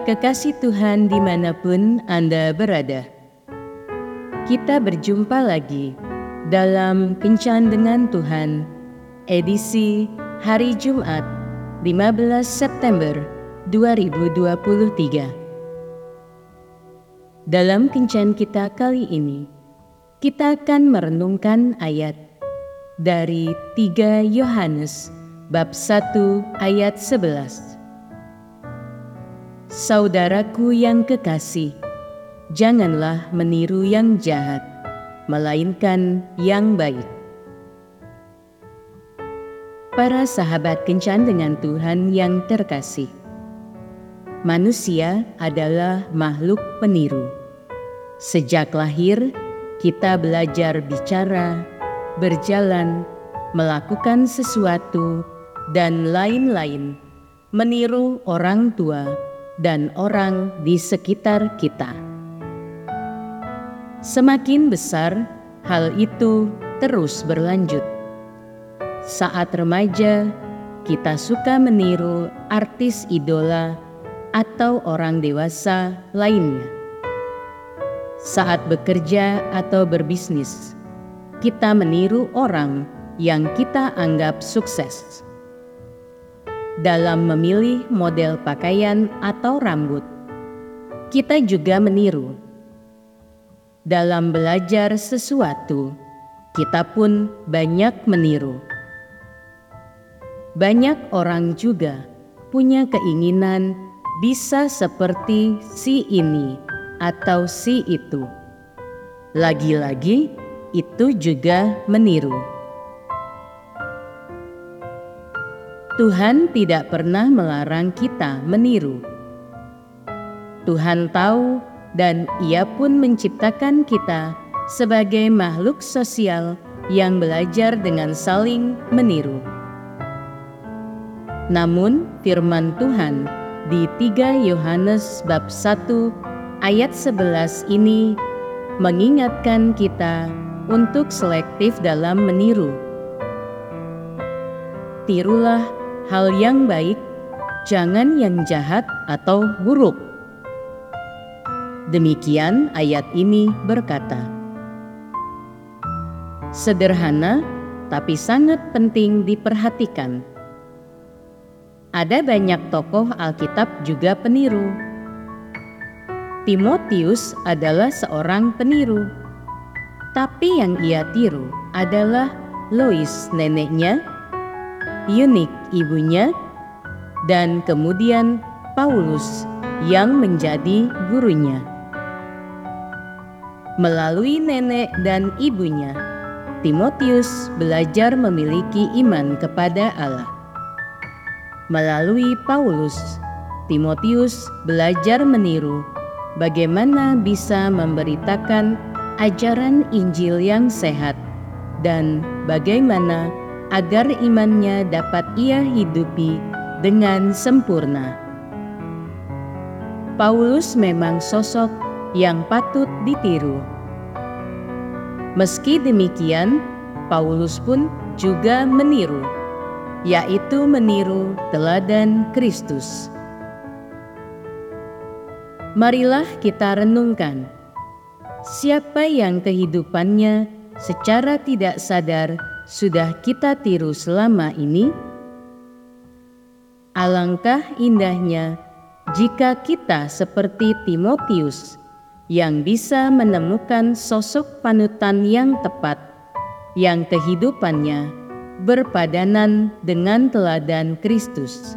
kekasih Tuhan dimanapun Anda berada, kita berjumpa lagi dalam Kencan dengan Tuhan, edisi hari Jumat 15 September 2023. Dalam Kencan kita kali ini, kita akan merenungkan ayat dari 3 Yohanes bab 1 ayat 11. Saudaraku yang kekasih, janganlah meniru yang jahat, melainkan yang baik. Para sahabat Kencan dengan Tuhan yang terkasih, manusia adalah makhluk peniru. Sejak lahir, kita belajar bicara, berjalan, melakukan sesuatu, dan lain-lain, meniru orang tua dan orang di sekitar kita. Semakin besar, hal itu terus berlanjut. Saat remaja, kita suka meniru artis idola atau orang dewasa lainnya. Saat bekerja atau berbisnis, kita meniru orang yang kita anggap sukses. Dalam memilih model pakaian atau rambut, kita juga meniru. Dalam belajar sesuatu, kita pun banyak meniru. Banyak orang juga punya keinginan bisa seperti si ini atau si itu. Lagi-lagi, itu juga meniru. Tuhan tidak pernah melarang kita meniru. Tuhan tahu dan Ia pun menciptakan kita sebagai makhluk sosial yang belajar dengan saling meniru. Namun firman Tuhan di 3 Yohanes bab 1 ayat 11 ini mengingatkan kita untuk selektif dalam meniru. Tirulah hal yang baik, jangan yang jahat atau buruk. Demikian ayat ini berkata. Sederhana, tapi sangat penting diperhatikan. Ada banyak tokoh Alkitab juga peniru. Timotius adalah seorang peniru, tapi yang ia tiru adalah Lois neneknya, Yunik ibunya, dan kemudian Paulus yang menjadi gurunya. Melalui nenek dan ibunya, Timotius belajar memiliki iman kepada Allah. Melalui Paulus, Timotius belajar meniru bagaimana bisa memberitakan ajaran Injil yang sehat dan bagaimana agar imannya dapat ia hidupi dengan sempurna. Paulus memang sosok yang patut ditiru. Meski demikian, Paulus pun juga meniru, yaitu meniru teladan Kristus. Marilah kita renungkan, siapa yang kehidupannya secara tidak sadar sudah kita tiru selama ini? Alangkah indahnya jika kita seperti Timotius yang bisa menemukan sosok panutan yang tepat, yang kehidupannya berpadanan dengan teladan Kristus.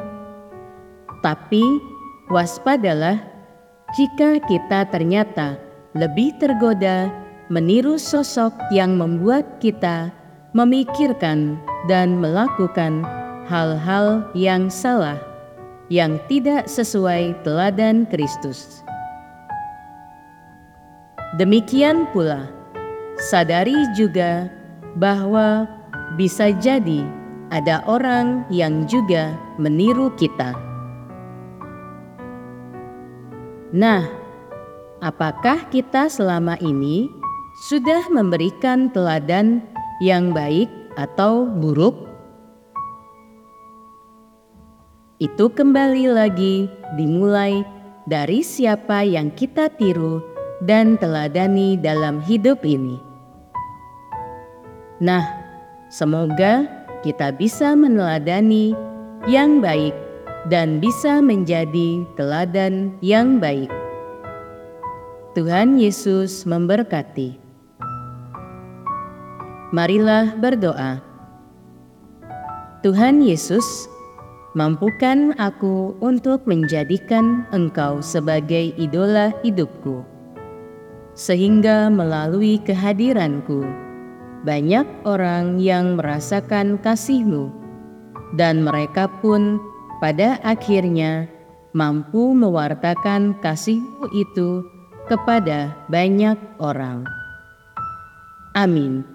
Tapi waspadalah jika kita ternyata lebih tergoda meniru sosok yang membuat kita memikirkan dan melakukan hal-hal yang salah, yang tidak sesuai teladan Kristus. Demikian pula, sadari juga bahwa bisa jadi ada orang yang juga meniru kita. Nah, apakah kita selama ini sudah memberikan teladan yang baik atau buruk? itu kembali lagi dimulai dari siapa yang kita tiru dan teladani dalam hidup ini. Nah, semoga kita bisa meneladani yang baik dan bisa menjadi teladan yang baik. Tuhan Yesus memberkati. Marilah berdoa. Tuhan Yesus, mampukan aku untuk menjadikan Engkau sebagai idola hidupku, sehingga melalui kehadiranku, banyak orang yang merasakan kasih-Mu, dan mereka pun pada akhirnya mampu mewartakan kasih-Mu itu kepada banyak orang. Amin.